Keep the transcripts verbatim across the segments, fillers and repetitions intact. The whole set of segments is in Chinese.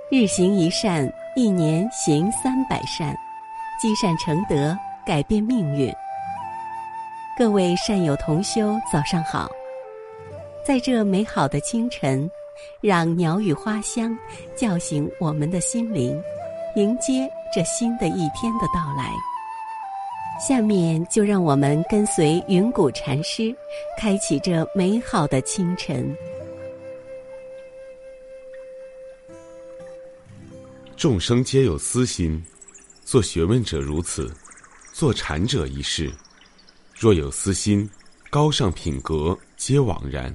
日行一善，一年行三百善，积善成德，改变命运。各位善友同修，早上好！在这美好的清晨，让鸟语花香叫醒我们的心灵，迎接这新的一天的到来。下面就让我们跟随云谷禅师，开启这美好的清晨。 众生皆有私心，做学问者如此，做禅者亦是。若有私心，高尚品格皆枉然。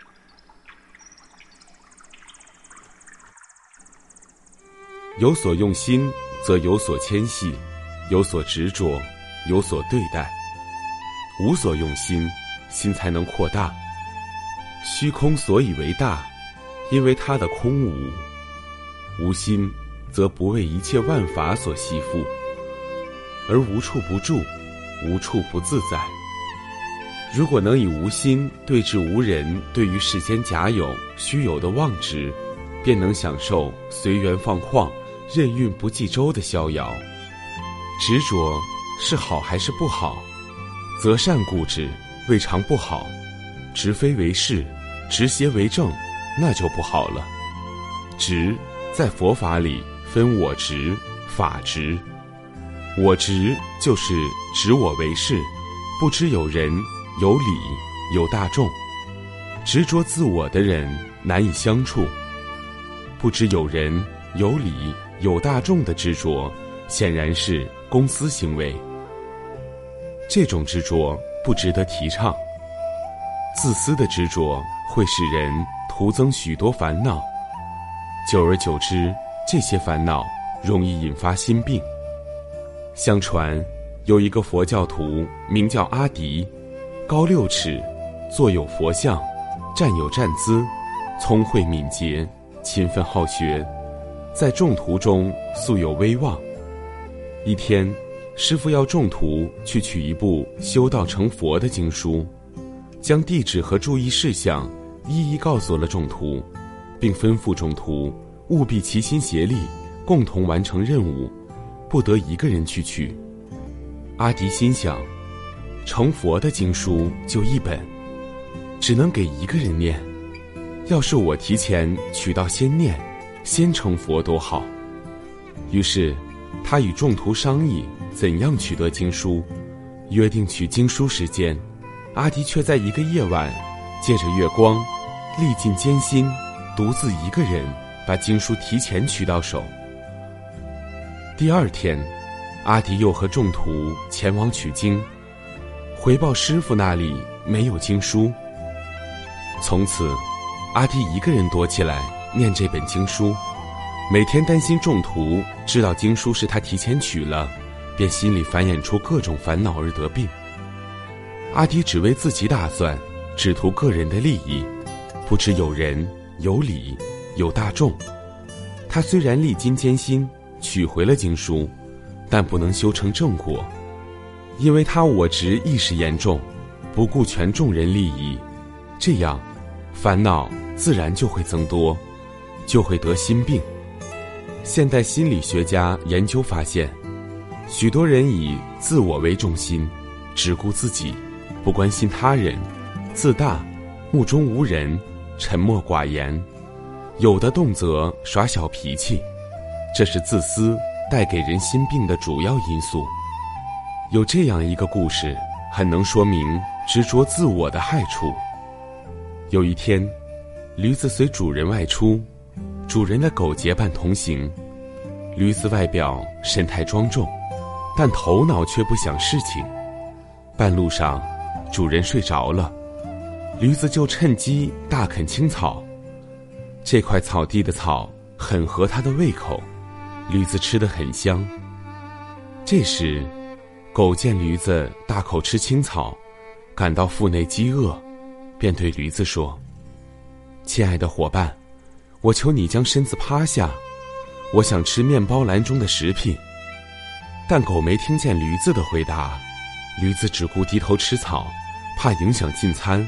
有所用心，则有所牵系，有所执着，有所对待。无所用心，心才能扩大。虚空所以为大，因为它的空无。无心则不为一切万法所系缚，而无处不住，无处不自在。如果能以无心对治无人对于世间假有虚有的妄执，便能享受随缘放旷、任运不计周的逍遥。执着是好还是不好？择善固执，未尝不好；执非为是，执邪为正，那就不好了。执在佛法里分我执、法执。我执就是执我为是，不知有人、有理、有大众。执着自我的人难以相处。不知有人、有理、有大众的执着，显然是公私行为。这种执着不值得提倡。自私的执着会使人徒增许多烦恼，久而久之，这些烦恼容易引发心病。相传有一个佛教徒名叫阿迪，高六尺，坐有佛像，站有站姿，聪慧敏捷，勤奋好学，在众徒中素有威望。一天，师父要众徒去取一部修道成佛的经书，将地址和注意事项一一告诉了众徒，并吩咐众徒务必齐心协力，共同完成任务，不得一个人去取。阿迪心想，成佛的经书就一本，只能给一个人念，要是我提前取到先念，先成佛多好。于是他与众徒商议怎样取得经书，约定取经书时间。阿迪却在一个夜晚，借着月光，历尽艰辛，独自一个人把经书提前取到手。第二天，阿迪又和众徒前往取经，回报师父那里没有经书。从此，阿迪一个人躲起来念这本经书，每天担心众徒知道经书是他提前取了，便心里繁衍出各种烦恼而得病。阿迪只为自己打算，只图个人的利益，不知有人、有理、有大众。他虽然历经艰辛取回了经书，但不能修成正果，因为他我执意识严重，不顾全众人利益，这样烦恼自然就会增多，就会得心病。现代心理学家研究发现，许多人以自我为中心，只顾自己，不关心他人，自大，目中无人，沉默寡言，有的动辄耍小脾气。这是自私带给人心病的主要因素。有这样一个故事，很能说明执着自我的害处。有一天，驴子随主人外出，主人的狗结伴同行。驴子外表神态庄重，但头脑却不想事情。半路上，主人睡着了，驴子就趁机大啃青草。这块草地的草很合它的胃口，驴子吃得很香。这时，狗见驴子大口吃青草，感到腹内饥饿，便对驴子说：“亲爱的伙伴，我求你将身子趴下，我想吃面包篮中的食品。”但狗没听见驴子的回答，驴子只顾低头吃草，怕影响进餐。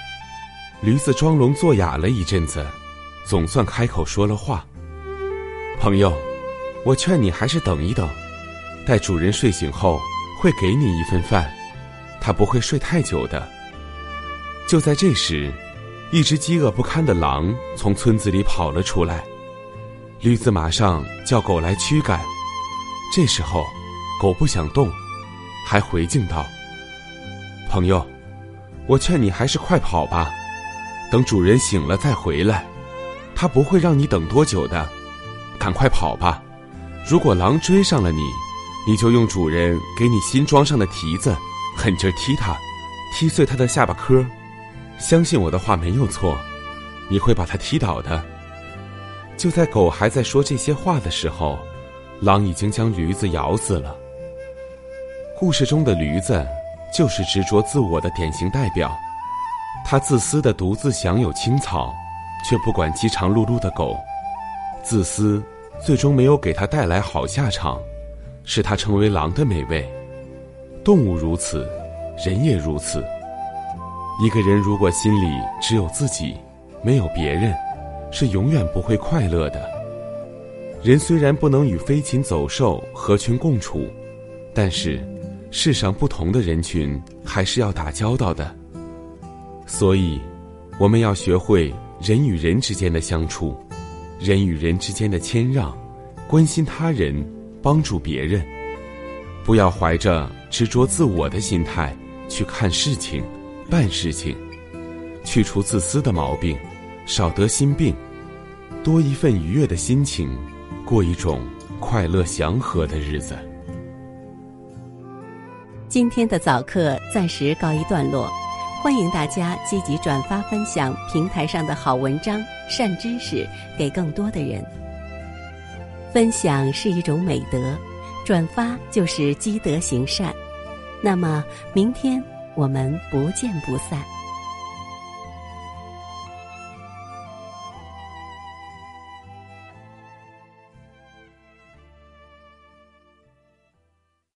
驴子装聋作哑了一阵子，总算开口说了话：“ 朋友，我劝你还是等一等，待主人睡醒后会给你一份饭，他不会睡太久的。就在这时，一只饥饿不堪的狼从村子里跑了出来，驴子马上叫狗来驱赶。这时候狗不想动，还回敬道：朋友，我劝你还是快跑吧，等主人醒了再回来，他不会让你等多久的，赶快跑吧。如果狼追上了你，你就用主人给你新装上的蹄子狠劲踢它，踢碎它的下巴颏，相信我的话没有错，你会把它踢倒的。就在狗还在说这些话的时候，狼已经将驴子咬死了。故事中的驴子就是执着自我的典型代表，它自私地独自享有青草，却不管饥肠辘辘的狗。自私最终没有给它带来好下场，使它成为狼的美味。动物如此，人也如此。一个人如果心里只有自己，没有别人，是永远不会快乐的。人虽然不能与飞禽走兽合群共处，但是世上不同的人群还是要打交道的。所以我们要学会人与人之间的相处，人与人之间的谦让，关心他人，帮助别人。不要怀着执着自我的心态去看事情办事情，去除自私的毛病，少得心病，多一份愉悦的心情，过一种快乐祥和的日子。 今天的早课暂时告一段落，欢迎大家积极转发分享平台上的好文章、善知识给更多的人。分享是一种美德，转发就是积德行善。那么明天我们不见不散。